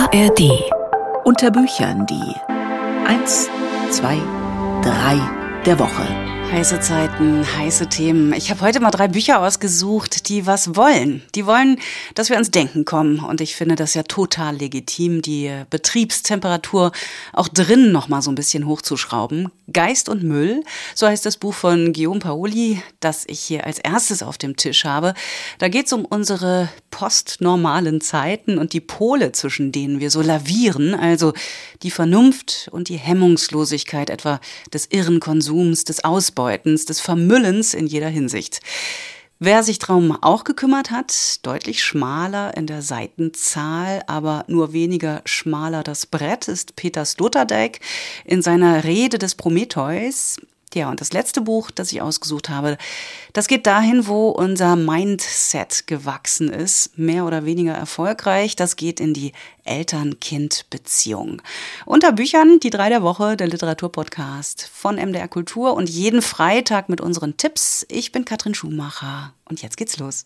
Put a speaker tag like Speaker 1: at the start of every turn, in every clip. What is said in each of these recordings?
Speaker 1: ARD. Unter Büchern die 1, 2, 3 der Woche.
Speaker 2: Heiße Zeiten, heiße Themen. Ich habe heute mal 3 Bücher ausgesucht, die was wollen. Die wollen, dass wir ans Denken kommen. Und ich finde das ja total legitim, die Betriebstemperatur auch drinnen noch mal so ein bisschen hochzuschrauben. Geist und Müll, so heißt das Buch von Guillaume Paoli, das ich hier als erstes auf dem Tisch habe. Da geht es um unsere postnormalen Zeiten und die Pole, zwischen denen wir so lavieren. Also die Vernunft und die Hemmungslosigkeit etwa des irren Konsums, des Ausbeutens, des Vermüllens in jeder Hinsicht. Wer sich darum auch gekümmert hat, deutlich schmaler in der Seitenzahl, aber nur weniger schmaler das Brett, ist Peter Sloterdijk in seiner Rede des Prometheus. Ja, und das letzte Buch, das ich ausgesucht habe, das geht dahin, wo unser Mindset gewachsen ist, mehr oder weniger erfolgreich. Das geht in die Eltern-Kind-Beziehung. Unter Büchern die 3 der Woche, der Literaturpodcast von MDR Kultur und jeden Freitag mit unseren Tipps. Ich bin Katrin Schumacher und jetzt geht's los.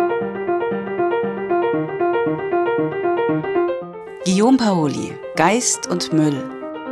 Speaker 2: Guillaume Paoli, Geist und Müll.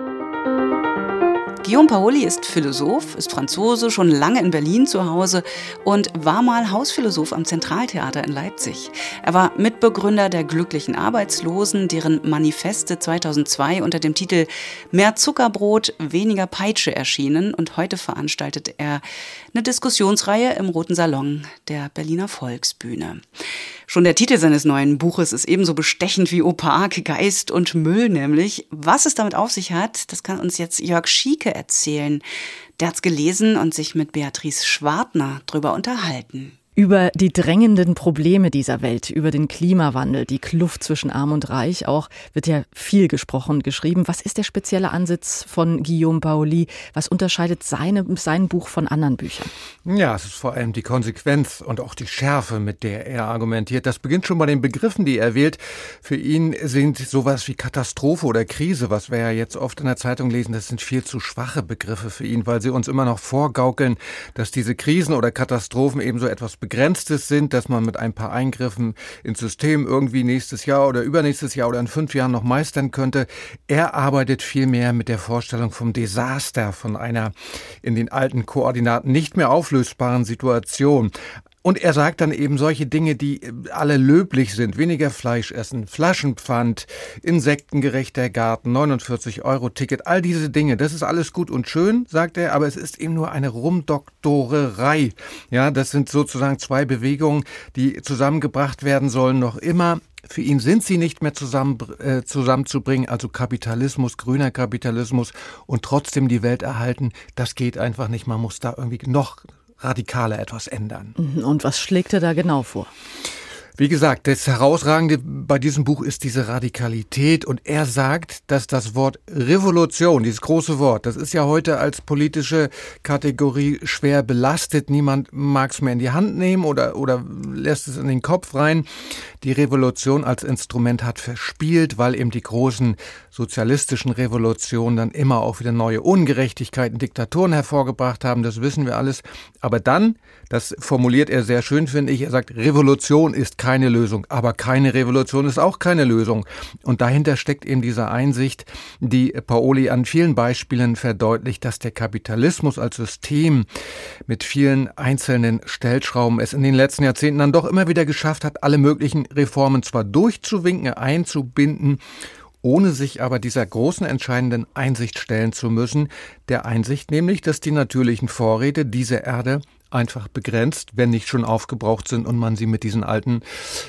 Speaker 2: Guillaume Paoli ist Philosoph, ist Franzose, schon lange in Berlin zu Hause und war mal Hausphilosoph am Zentraltheater in Leipzig. Er war Mitbegründer der Glücklichen Arbeitslosen, deren Manifeste 2002 unter dem Titel Mehr Zuckerbrot, weniger Peitsche erschienen, und heute veranstaltet er eine Diskussionsreihe im Roten Salon der Berliner Volksbühne. Schon der Titel seines neuen Buches ist ebenso bestechend wie opak, Geist und Müll nämlich. Was es damit auf sich hat, das kann uns jetzt Jörg Schieke erzählen. Der hat's gelesen und sich mit Beatrice Schwartner drüber unterhalten.
Speaker 3: Über die drängenden Probleme dieser Welt, über den Klimawandel, die Kluft zwischen Arm und Reich auch, wird ja viel gesprochen und geschrieben. Was ist der spezielle Ansatz von Guillaume Paoli? Was unterscheidet sein Buch von anderen Büchern?
Speaker 4: Ja, es ist vor allem die Konsequenz und auch die Schärfe, mit der er argumentiert. Das beginnt schon bei den Begriffen, die er wählt. Für ihn sind sowas wie Katastrophe oder Krise, was wir ja jetzt oft in der Zeitung lesen, das sind viel zu schwache Begriffe für ihn, weil sie uns immer noch vorgaukeln, dass diese Krisen oder Katastrophen eben so etwas Begrenztes sind, dass man mit ein paar Eingriffen ins System irgendwie nächstes Jahr oder übernächstes Jahr oder in 5 Jahren noch meistern könnte. Er arbeitet vielmehr mit der Vorstellung vom Desaster, von einer in den alten Koordinaten nicht mehr auflösbaren Situation. Und er sagt dann eben solche Dinge, die alle löblich sind. Weniger Fleisch essen, Flaschenpfand, insektengerechter Garten, 49-Euro-Ticket, all diese Dinge. Das ist alles gut und schön, sagt er, aber es ist eben nur eine Rumdoktorerei. Ja, das sind sozusagen 2 Bewegungen, die zusammengebracht werden sollen, noch immer. Für ihn sind sie nicht mehr zusammenzubringen, also Kapitalismus, grüner Kapitalismus und trotzdem die Welt erhalten. Das geht einfach nicht. Man muss da irgendwie noch radikaler etwas ändern.
Speaker 3: Und was schlägt er da genau vor?
Speaker 4: Wie gesagt, das Herausragende bei diesem Buch ist diese Radikalität, und er sagt, dass das Wort Revolution, dieses große Wort, das ist ja heute als politische Kategorie schwer belastet. Niemand mag es mehr in die Hand nehmen oder lässt es in den Kopf rein. Die Revolution als Instrument hat verspielt, weil eben die großen sozialistischen Revolutionen dann immer auch wieder neue Ungerechtigkeiten, Diktaturen hervorgebracht haben. Das wissen wir alles. Aber dann, das formuliert er sehr schön, finde ich, er sagt, Revolution ist keine Lösung, aber keine Revolution ist auch keine Lösung. Und dahinter steckt eben diese Einsicht, die Paoli an vielen Beispielen verdeutlicht, dass der Kapitalismus als System mit vielen einzelnen Stellschrauben es in den letzten Jahrzehnten dann doch immer wieder geschafft hat, alle möglichen Reformen zwar durchzuwinken, einzubinden, ohne sich aber dieser großen entscheidenden Einsicht stellen zu müssen, der Einsicht nämlich, dass die natürlichen Vorräte dieser Erde einfach begrenzt, wenn nicht schon aufgebraucht sind, und man sie mit diesen alten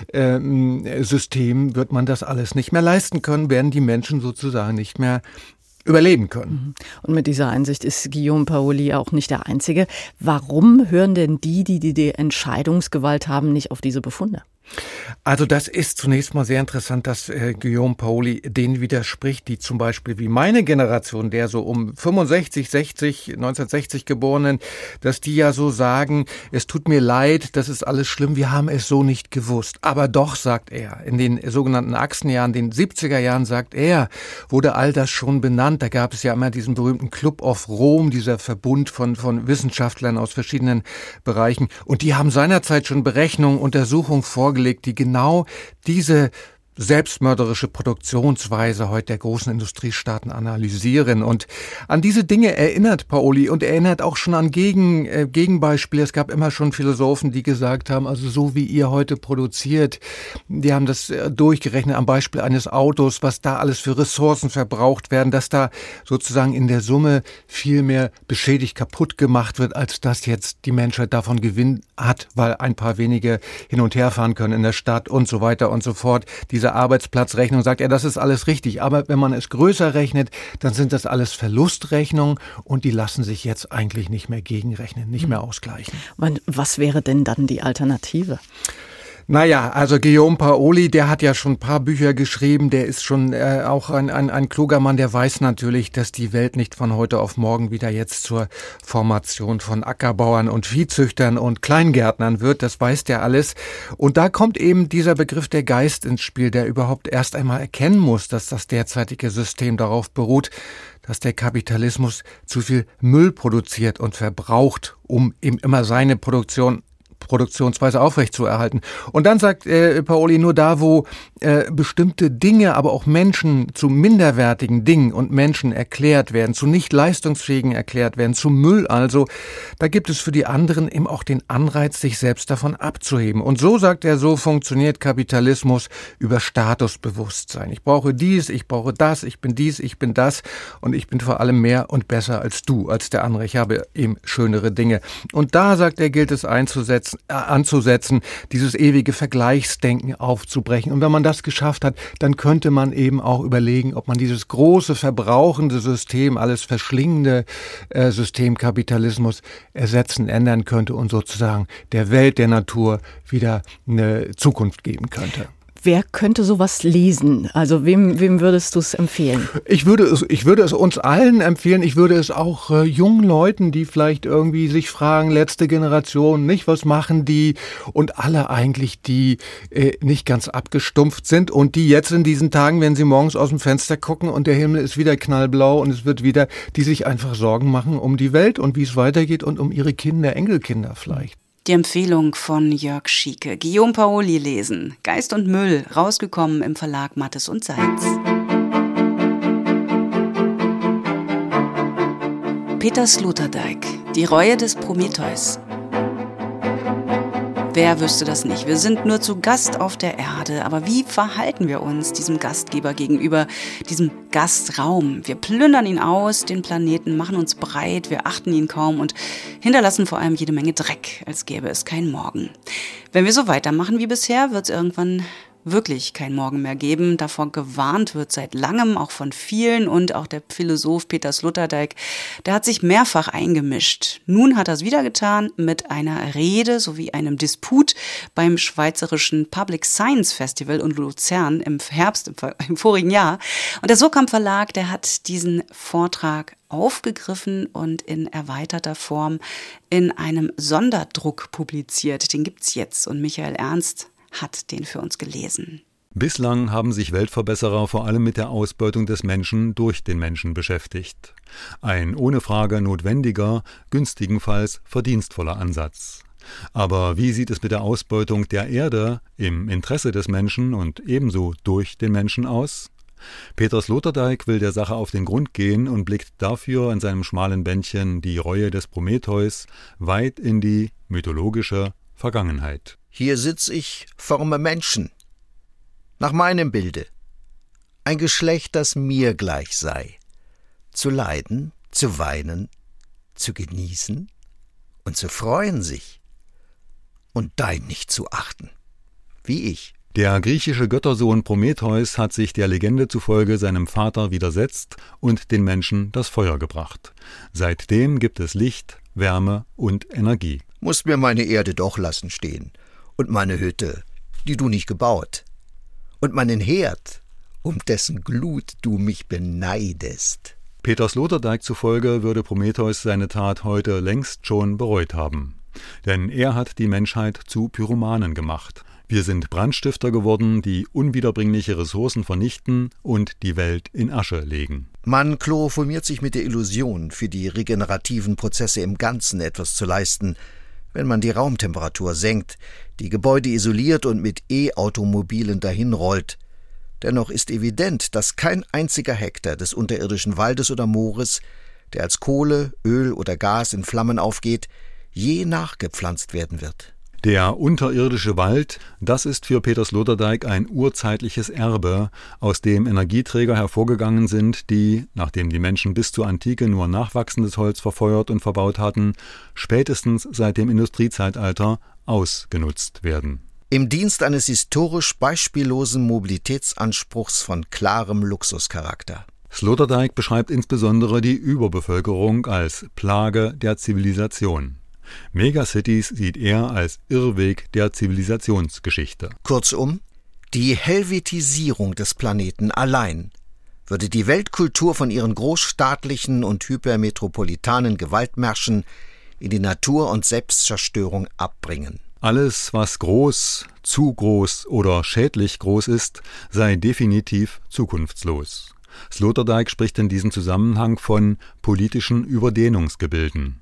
Speaker 4: Systemen, wird man das alles nicht mehr leisten können, werden die Menschen sozusagen nicht mehr überleben können.
Speaker 3: Und mit dieser Einsicht ist Guillaume Paoli auch nicht der Einzige. Warum hören denn die Entscheidungsgewalt haben, nicht auf diese Befunde?
Speaker 4: Also das ist zunächst mal sehr interessant, dass Guillaume Paoli denen widerspricht, die zum Beispiel wie meine Generation, der so um 65, 60, 1960 Geborenen, dass die ja so sagen, es tut mir leid, das ist alles schlimm, wir haben es so nicht gewusst. Aber doch, sagt er, in den sogenannten Achsenjahren, den 70er Jahren, sagt er, wurde all das schon benannt. Da gab es ja immer diesen berühmten Club of Rome, dieser Verbund von Wissenschaftlern aus verschiedenen Bereichen. Und die haben seinerzeit schon Berechnungen, Untersuchungen vorgelegt, die genau diese selbstmörderische Produktionsweise heute der großen Industriestaaten analysieren. Und an diese Dinge erinnert Paoli und erinnert auch schon an Gegenbeispiele. Es gab immer schon Philosophen, die gesagt haben, also so wie ihr heute produziert, die haben das durchgerechnet am Beispiel eines Autos, was da alles für Ressourcen verbraucht werden, dass da sozusagen in der Summe viel mehr beschädigt, kaputt gemacht wird, als dass jetzt die Menschheit davon Gewinn hat, weil ein paar wenige hin und her fahren können in der Stadt und so weiter und so fort. Diese Arbeitsplatzrechnung sagt, ja, das ist alles richtig. Aber wenn man es größer rechnet, dann sind das alles Verlustrechnungen und die lassen sich jetzt eigentlich nicht mehr gegenrechnen, nicht mehr ausgleichen.
Speaker 3: Und was wäre denn dann die Alternative?
Speaker 4: Naja, also Guillaume Paoli, der hat ja schon ein paar Bücher geschrieben, der ist schon auch ein kluger Mann, der weiß natürlich, dass die Welt nicht von heute auf morgen wieder jetzt zur Formation von Ackerbauern und Viehzüchtern und Kleingärtnern wird, das weiß der alles. Und da kommt eben dieser Begriff der Geist ins Spiel, der überhaupt erst einmal erkennen muss, dass das derzeitige System darauf beruht, dass der Kapitalismus zu viel Müll produziert und verbraucht, um eben immer seine Produktionsweise aufrechtzuerhalten. Und dann sagt Paoli, nur da, wo bestimmte Dinge, aber auch Menschen zu minderwertigen Dingen und Menschen erklärt werden, zu nicht leistungsfähigen erklärt werden, zu Müll also, da gibt es für die anderen eben auch den Anreiz, sich selbst davon abzuheben. Und so, sagt er, so funktioniert Kapitalismus über Statusbewusstsein. Ich brauche dies, ich brauche das, ich bin dies, ich bin das und ich bin vor allem mehr und besser als du, als der andere. Ich habe eben schönere Dinge. Und da, sagt er, gilt es anzusetzen, dieses ewige Vergleichsdenken aufzubrechen. Und wenn man das geschafft hat, dann könnte man eben auch überlegen, ob man dieses große, verbrauchende System, alles verschlingende System Kapitalismus ersetzen, ändern könnte und sozusagen der Welt, der Natur wieder eine Zukunft geben könnte.
Speaker 3: Wer könnte sowas lesen? Also wem würdest du es empfehlen?
Speaker 4: Ich würde es uns allen empfehlen. Ich würde es auch jungen Leuten, die vielleicht irgendwie sich fragen, letzte Generation, nicht, was machen die? Und alle eigentlich, die nicht ganz abgestumpft sind und die jetzt in diesen Tagen, wenn sie morgens aus dem Fenster gucken und der Himmel ist wieder knallblau und es wird wieder, die sich einfach Sorgen machen um die Welt und wie es weitergeht und um ihre Kinder, Enkelkinder vielleicht.
Speaker 2: Die Empfehlung von Jörg Schieke. Guillaume Paoli lesen. Geist und Müll, rausgekommen im Verlag Mattes und Seitz. Peter Sloterdijk, die Reue des Prometheus. Wer wüsste das nicht? Wir sind nur zu Gast auf der Erde. Aber wie verhalten wir uns diesem Gastgeber gegenüber, diesem Gastraum? Wir plündern ihn aus, den Planeten, machen uns breit, wir achten ihn kaum und hinterlassen vor allem jede Menge Dreck, als gäbe es keinen Morgen. Wenn wir so weitermachen wie bisher, wird es irgendwann wirklich kein Morgen mehr geben. Davor gewarnt wird seit langem, auch von vielen, und auch der Philosoph Peter Sloterdijk, der hat sich mehrfach eingemischt. Nun hat er es wieder getan mit einer Rede sowie einem Disput beim Schweizerischen Public Science Festival in Luzern im Herbst im vorigen Jahr. Und der Surkamp Verlag, der hat diesen Vortrag aufgegriffen und in erweiterter Form in einem Sonderdruck publiziert. Den gibt's jetzt und Michael Ernst hat den für uns gelesen.
Speaker 5: Bislang haben sich Weltverbesserer vor allem mit der Ausbeutung des Menschen durch den Menschen beschäftigt. Ein ohne Frage notwendiger, günstigenfalls verdienstvoller Ansatz. Aber wie sieht es mit der Ausbeutung der Erde im Interesse des Menschen und ebenso durch den Menschen aus? Peter Sloterdijk will der Sache auf den Grund gehen und blickt dafür in seinem schmalen Bändchen Die Reue des Prometheus weit in die mythologische Vergangenheit.
Speaker 6: Hier sitz ich, forme Menschen, nach meinem Bilde, ein Geschlecht, das mir gleich sei, zu leiden, zu weinen, zu genießen und zu freuen sich und dein nicht zu achten, wie ich.
Speaker 5: Der griechische Göttersohn Prometheus hat sich der Legende zufolge seinem Vater widersetzt und den Menschen das Feuer gebracht. Seitdem gibt es Licht, Wärme und Energie.
Speaker 6: Musst mir meine Erde doch lassen stehen. Und meine Hütte, die du nicht gebaut. Und meinen Herd, um dessen Glut du mich beneidest.
Speaker 5: Peter Sloterdijk zufolge würde Prometheus seine Tat heute längst schon bereut haben. Denn er hat die Menschheit zu Pyromanen gemacht. Wir sind Brandstifter geworden, die unwiederbringliche Ressourcen vernichten und die Welt in Asche legen.
Speaker 6: Man chloroformiert sich mit der Illusion, für die regenerativen Prozesse im Ganzen etwas zu leisten, wenn man die Raumtemperatur senkt, die Gebäude isoliert und mit E-Automobilen dahinrollt, Dennoch ist evident, dass kein einziger Hektar des unterirdischen Waldes oder Moores, der als Kohle, Öl oder Gas in Flammen aufgeht, je nachgepflanzt werden wird.
Speaker 5: Der unterirdische Wald, das ist für Peter Sloterdijk ein urzeitliches Erbe, aus dem Energieträger hervorgegangen sind, die, nachdem die Menschen bis zur Antike nur nachwachsendes Holz verfeuert und verbaut hatten, spätestens seit dem Industriezeitalter ausgenutzt werden.
Speaker 6: Im Dienst eines historisch beispiellosen Mobilitätsanspruchs von klarem Luxuscharakter.
Speaker 5: Sloterdijk beschreibt insbesondere die Überbevölkerung als Plage der Zivilisation. Megacities sieht er als Irrweg der Zivilisationsgeschichte.
Speaker 6: Kurzum, die Helvetisierung des Planeten allein würde die Weltkultur von ihren großstaatlichen und hypermetropolitanen Gewaltmärschen in die Natur- und Selbstzerstörung abbringen.
Speaker 5: Alles, was groß, zu groß oder schädlich groß ist, sei definitiv zukunftslos. Sloterdijk spricht in diesem Zusammenhang von politischen Überdehnungsgebilden.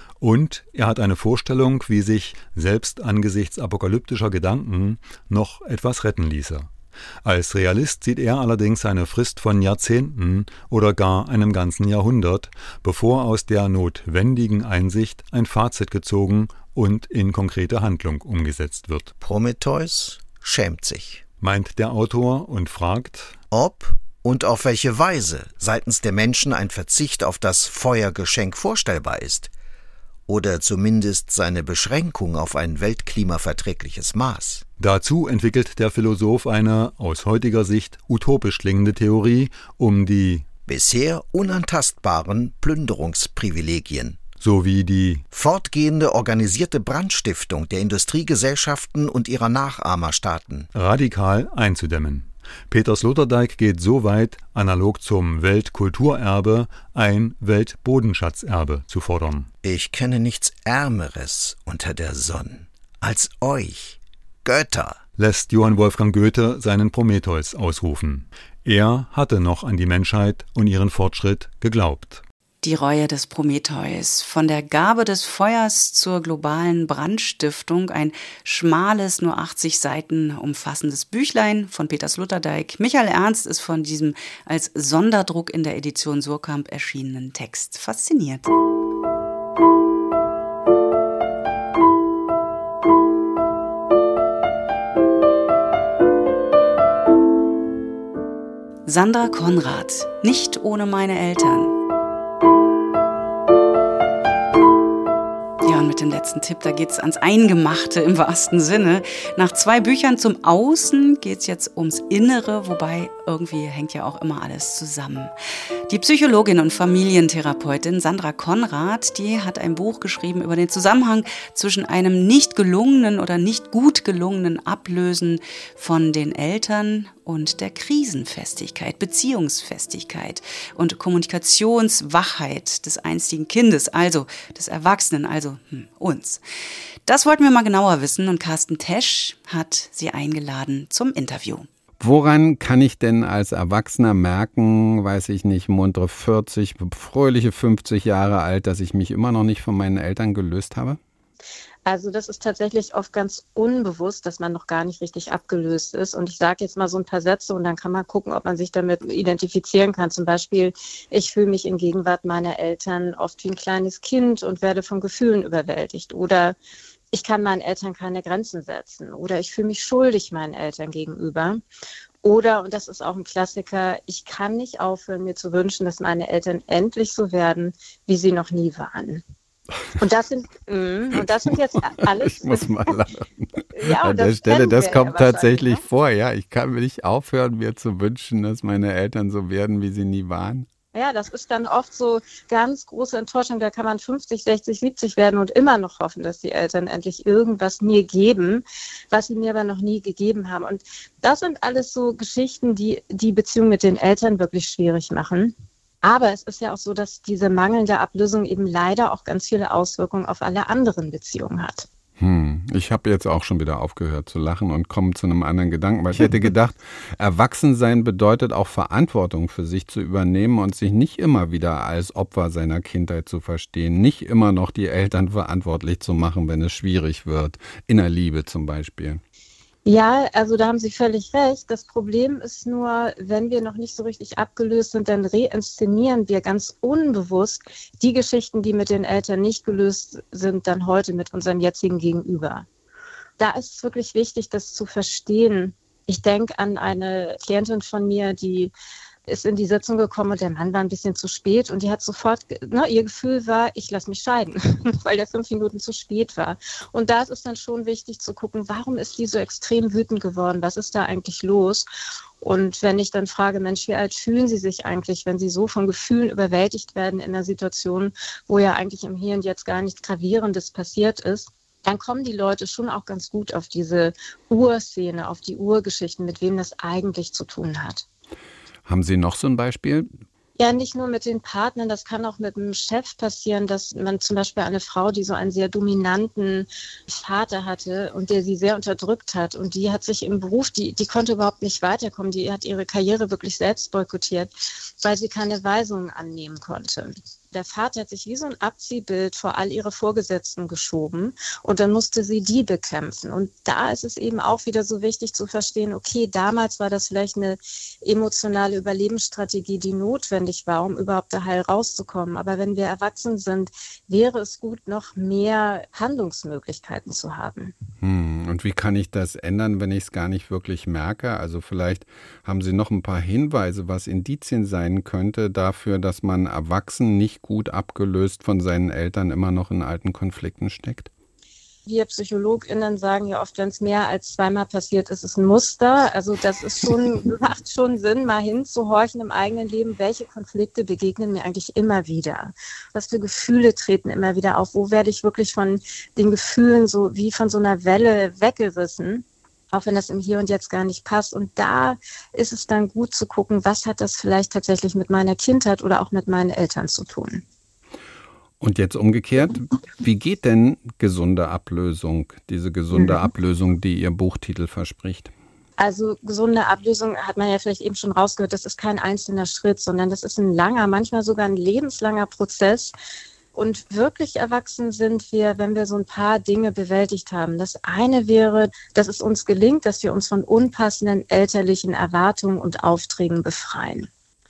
Speaker 5: Und er hat eine Vorstellung, wie sich, selbst angesichts apokalyptischer Gedanken, noch etwas retten ließe. Als Realist sieht er allerdings eine Frist von Jahrzehnten oder gar einem ganzen Jahrhundert, bevor aus der notwendigen Einsicht ein Fazit gezogen und in konkrete Handlung umgesetzt wird.
Speaker 6: Prometheus schämt sich,
Speaker 5: meint der Autor und fragt,
Speaker 6: ob und auf welche Weise seitens der Menschen ein Verzicht auf das Feuergeschenk vorstellbar ist. Oder zumindest seine Beschränkung auf ein weltklimaverträgliches Maß.
Speaker 5: Dazu entwickelt der Philosoph eine aus heutiger Sicht utopisch klingende Theorie um die
Speaker 6: bisher unantastbaren Plünderungsprivilegien
Speaker 5: sowie die
Speaker 6: fortgehende organisierte Brandstiftung der Industriegesellschaften und ihrer Nachahmerstaaten
Speaker 5: radikal einzudämmen. Peter Sloterdijk geht so weit, analog zum Weltkulturerbe ein Weltbodenschatzerbe zu fordern.
Speaker 6: Ich kenne nichts Ärmeres unter der Sonne als euch, Götter,
Speaker 5: lässt Johann Wolfgang Goethe seinen Prometheus ausrufen. Er hatte noch an die Menschheit und ihren Fortschritt geglaubt.
Speaker 2: Die Reue des Prometheus. Von der Gabe des Feuers zur globalen Brandstiftung. Ein schmales, nur 80 Seiten umfassendes Büchlein von Peter Sloterdijk. Michael Ernst ist von diesem als Sonderdruck in der Edition Suhrkamp erschienenen Text fasziniert. Sandra Konrad. Nicht ohne meine Eltern. Mit dem letzten Tipp, da geht's ans Eingemachte im wahrsten Sinne. Nach 2 Büchern zum Außen geht's jetzt ums Innere, wobei irgendwie hängt ja auch immer alles zusammen. Die Psychologin und Familientherapeutin Sandra Konrad, die hat ein Buch geschrieben über den Zusammenhang zwischen einem nicht gelungenen oder nicht gut gelungenen Ablösen von den Eltern und der Krisenfestigkeit, Beziehungsfestigkeit und Kommunikationswachheit des einstigen Kindes, also des Erwachsenen, also uns. Das wollten wir mal genauer wissen und Carsten Tesch hat sie eingeladen zum Interview.
Speaker 7: Woran kann ich denn als Erwachsener merken, weiß ich nicht, muntere 40, fröhliche 50 Jahre alt, dass ich mich immer noch nicht von meinen Eltern gelöst habe?
Speaker 8: Also das ist tatsächlich oft ganz unbewusst, dass man noch gar nicht richtig abgelöst ist. Und ich sage jetzt mal so ein paar Sätze und dann kann man gucken, ob man sich damit identifizieren kann. Zum Beispiel, ich fühle mich in Gegenwart meiner Eltern oft wie ein kleines Kind und werde von Gefühlen überwältigt. Oder ich kann meinen Eltern keine Grenzen setzen. Oder ich fühle mich schuldig meinen Eltern gegenüber. Oder, und das ist auch ein Klassiker, ich kann nicht aufhören, mir zu wünschen, dass meine Eltern endlich so werden, wie sie noch nie waren. Und das sind jetzt alles.
Speaker 7: Ich muss mal lachen.
Speaker 8: Ja,
Speaker 7: an der Stelle, das kommt tatsächlich vor. Ja, ich kann nicht aufhören, mir zu wünschen, dass meine Eltern so werden, wie sie nie waren.
Speaker 8: Ja, das ist dann oft so ganz große Enttäuschung. Da kann man 50, 60, 70 werden und immer noch hoffen, dass die Eltern endlich irgendwas mir geben, was sie mir aber noch nie gegeben haben. Und das sind alles so Geschichten, die die Beziehung mit den Eltern wirklich schwierig machen. Aber es ist ja auch so, dass diese mangelnde Ablösung eben leider auch ganz viele Auswirkungen auf alle anderen Beziehungen hat.
Speaker 7: Ich habe jetzt auch schon wieder aufgehört zu lachen und komme zu einem anderen Gedanken, weil ich hätte gedacht, Erwachsensein bedeutet auch Verantwortung für sich zu übernehmen und sich nicht immer wieder als Opfer seiner Kindheit zu verstehen, nicht immer noch die Eltern verantwortlich zu machen, wenn es schwierig wird, in der Liebe zum Beispiel.
Speaker 8: Ja, also da haben Sie völlig recht. Das Problem ist nur, wenn wir noch nicht so richtig abgelöst sind, dann reinszenieren wir ganz unbewusst die Geschichten, die mit den Eltern nicht gelöst sind, dann heute mit unserem jetzigen Gegenüber. Da ist es wirklich wichtig, das zu verstehen. Ich denke an eine Klientin von mir, die ist in die Sitzung gekommen und der Mann war ein bisschen zu spät und die hat sofort, ihr Gefühl war, ich lasse mich scheiden, weil der 5 Minuten zu spät war. Und da ist es dann schon wichtig zu gucken, warum ist die so extrem wütend geworden? Was ist da eigentlich los? Und wenn ich dann frage, Mensch, wie alt fühlen Sie sich eigentlich, wenn Sie so von Gefühlen überwältigt werden in einer Situation, wo ja eigentlich im Hier und Jetzt gar nichts Gravierendes passiert ist, dann kommen die Leute schon auch ganz gut auf diese Urszene, auf die Urgeschichten, mit wem das eigentlich zu tun hat.
Speaker 7: Haben Sie noch so ein Beispiel?
Speaker 8: Ja, nicht nur mit den Partnern, das kann auch mit dem Chef passieren, dass man zum Beispiel eine Frau, die so einen sehr dominanten Vater hatte und der sie sehr unterdrückt hat und die hat sich im Beruf, die konnte überhaupt nicht weiterkommen, die hat ihre Karriere wirklich selbst boykottiert, weil sie keine Weisungen annehmen konnte. Der Vater hat sich wie so ein Abziehbild vor all ihre Vorgesetzten geschoben und dann musste sie die bekämpfen. Und da ist es eben auch wieder so wichtig zu verstehen, okay, damals war das vielleicht eine emotionale Überlebensstrategie, die notwendig war, um überhaupt da heil rauszukommen. Aber wenn wir erwachsen sind, wäre es gut, noch mehr Handlungsmöglichkeiten zu haben.
Speaker 7: Und wie kann ich das ändern, wenn ich es gar nicht wirklich merke? Also vielleicht haben Sie noch ein paar Hinweise, was Indizien sein könnte dafür, dass man erwachsen nicht gut abgelöst von seinen Eltern immer noch in alten Konflikten steckt?
Speaker 8: Wir PsychologInnen sagen ja oft, wenn es mehr als zweimal passiert, ist es ein Muster. Also das ist schon, macht schon Sinn, mal hinzuhorchen im eigenen Leben, welche Konflikte begegnen mir eigentlich immer wieder? Was für Gefühle treten immer wieder auf? Wo werde ich wirklich von den Gefühlen so wie von so einer Welle weggerissen? Auch wenn das im Hier und Jetzt gar nicht passt. Und da ist es dann gut zu gucken, was hat das vielleicht tatsächlich mit meiner Kindheit oder auch mit meinen Eltern zu tun.
Speaker 7: Und jetzt umgekehrt, wie geht denn gesunde Ablösung, diese gesunde Ablösung, die Ihr Buchtitel verspricht?
Speaker 8: Also gesunde Ablösung hat man ja vielleicht eben schon rausgehört, das ist kein einzelner Schritt, sondern das ist ein langer, manchmal sogar ein lebenslanger Prozess. Und wirklich erwachsen sind wir, wenn wir so ein paar Dinge bewältigt haben. Das eine wäre, dass es uns gelingt, dass wir uns von unpassenden elterlichen Erwartungen und Aufträgen befreien.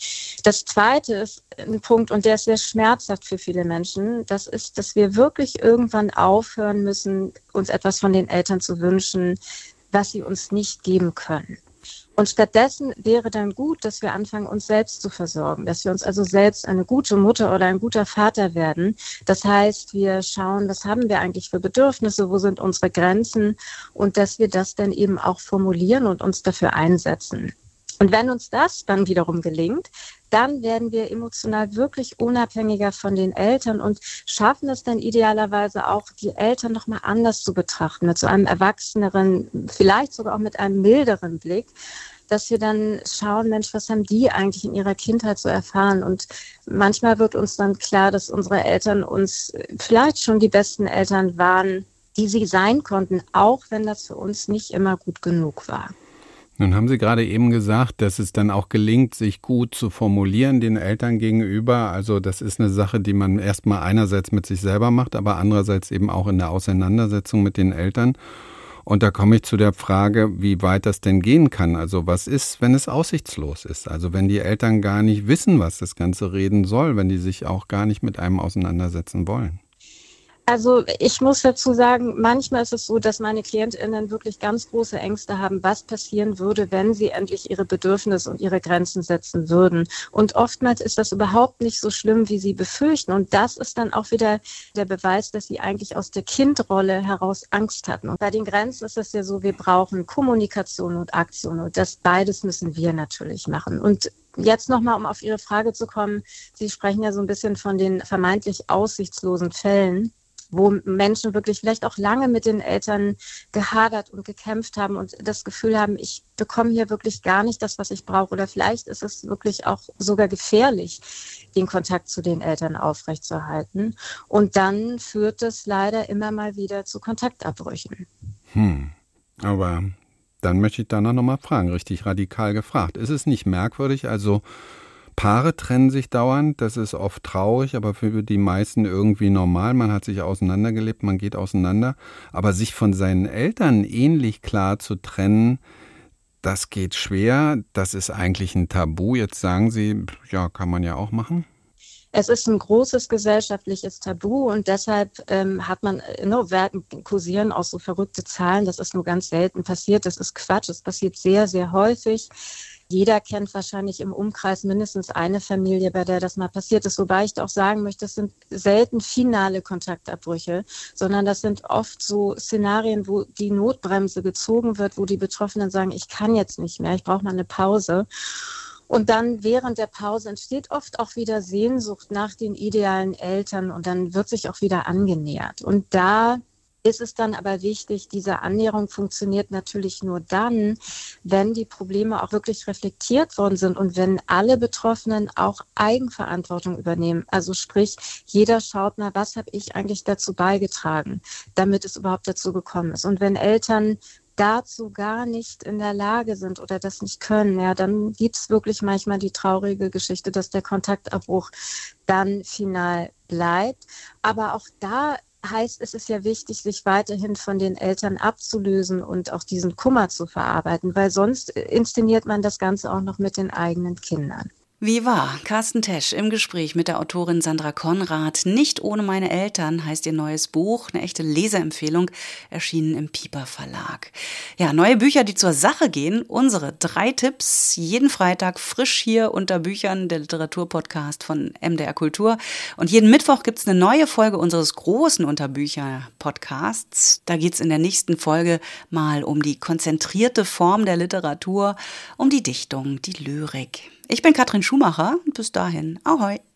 Speaker 8: Das zweite ist ein Punkt, und der ist sehr schmerzhaft für viele Menschen, das ist, dass wir wirklich irgendwann aufhören müssen, uns etwas von den Eltern zu wünschen, was sie uns nicht geben können. Und stattdessen wäre dann gut, dass wir anfangen, uns selbst zu versorgen, dass wir uns also selbst eine gute Mutter oder ein guter Vater werden. Das heißt, wir schauen, was haben wir eigentlich für Bedürfnisse, wo sind unsere Grenzen und dass wir das dann eben auch formulieren und uns dafür einsetzen. Und wenn uns das dann wiederum gelingt, dann werden wir emotional wirklich unabhängiger von den Eltern und schaffen es dann idealerweise auch, die Eltern nochmal anders zu betrachten, mit so einem erwachseneren, vielleicht sogar auch mit einem milderen Blick, dass wir dann schauen, Mensch, was haben die eigentlich in ihrer Kindheit so erfahren? Und manchmal wird uns dann klar, dass unsere Eltern uns vielleicht schon die besten Eltern waren, die sie sein konnten, auch wenn das für uns nicht immer gut genug war.
Speaker 7: Nun haben Sie gerade eben gesagt, dass es dann auch gelingt, sich gut zu formulieren den Eltern gegenüber. Also das ist eine Sache, die man erstmal einerseits mit sich selber macht, aber andererseits eben auch in der Auseinandersetzung mit den Eltern. Und da komme ich zu der Frage, wie weit das denn gehen kann. Also was ist, wenn es aussichtslos ist? Also wenn die Eltern gar nicht wissen, was das Ganze reden soll, wenn die sich auch gar nicht mit einem auseinandersetzen wollen?
Speaker 8: Also ich muss dazu sagen, manchmal ist es so, dass meine KlientInnen wirklich ganz große Ängste haben, was passieren würde, wenn sie endlich ihre Bedürfnisse und ihre Grenzen setzen würden. Und oftmals ist das überhaupt nicht so schlimm, wie sie befürchten. Und das ist dann auch wieder der Beweis, dass sie eigentlich aus der Kindrolle heraus Angst hatten. Und bei den Grenzen ist es ja so, wir brauchen Kommunikation und Aktion. Und das beides müssen wir natürlich machen. Und jetzt nochmal, um auf Ihre Frage zu kommen. Sie sprechen ja so ein bisschen von den vermeintlich aussichtslosen Fällen, wo Menschen wirklich vielleicht auch lange mit den Eltern gehadert und gekämpft haben und das Gefühl haben, ich bekomme hier wirklich gar nicht das, was ich brauche. Oder vielleicht ist es wirklich auch sogar gefährlich, den Kontakt zu den Eltern aufrechtzuerhalten. Und dann führt es leider immer mal wieder zu Kontaktabbrüchen.
Speaker 7: Aber dann möchte ich danach nochmal fragen, richtig radikal gefragt. Ist es nicht merkwürdig, also Paare trennen sich dauernd, das ist oft traurig, aber für die meisten irgendwie normal. Man hat sich auseinandergelebt, man geht auseinander. Aber sich von seinen Eltern ähnlich klar zu trennen, das geht schwer. Das ist eigentlich ein Tabu. Jetzt sagen Sie, ja, kann man ja auch machen.
Speaker 8: Es ist ein großes gesellschaftliches Tabu und deshalb kursieren auch so verrückte Zahlen. Das ist nur ganz selten passiert. Das ist Quatsch. Es passiert sehr, sehr häufig. Jeder kennt wahrscheinlich im Umkreis mindestens eine Familie, bei der das mal passiert ist. Wobei ich auch sagen möchte, das sind selten finale Kontaktabbrüche, sondern das sind oft so Szenarien, wo die Notbremse gezogen wird, wo die Betroffenen sagen, ich kann jetzt nicht mehr, ich brauche mal eine Pause. Und dann während der Pause entsteht oft auch wieder Sehnsucht nach den idealen Eltern und dann wird sich auch wieder angenähert. Und da ist es dann aber wichtig, diese Annäherung funktioniert natürlich nur dann, wenn die Probleme auch wirklich reflektiert worden sind und wenn alle Betroffenen auch Eigenverantwortung übernehmen. Also sprich, jeder schaut mal, was habe ich eigentlich dazu beigetragen, damit es überhaupt dazu gekommen ist. Und wenn Eltern dazu gar nicht in der Lage sind oder das nicht können, ja, dann gibt es wirklich manchmal die traurige Geschichte, dass der Kontaktabbruch dann final bleibt. Aber auch da heißt es ist ja wichtig, sich weiterhin von den Eltern abzulösen und auch diesen Kummer zu verarbeiten, weil sonst inszeniert man das Ganze auch noch mit den eigenen Kindern.
Speaker 2: Wie war Carsten Tesch im Gespräch mit der Autorin Sandra Konrad. Nicht ohne meine Eltern heißt ihr neues Buch, eine echte Leseempfehlung, erschienen im Piper Verlag. Ja, neue Bücher, die zur Sache gehen. Unsere 3 Tipps, jeden Freitag frisch hier unter Büchern, der Literaturpodcast von MDR Kultur. Und jeden Mittwoch gibt's eine neue Folge unseres großen Unterbücher-Podcasts. Da geht's in der nächsten Folge mal um die konzentrierte Form der Literatur, um die Dichtung, die Lyrik. Ich bin Katrin Schumacher. Bis dahin. Ahoi.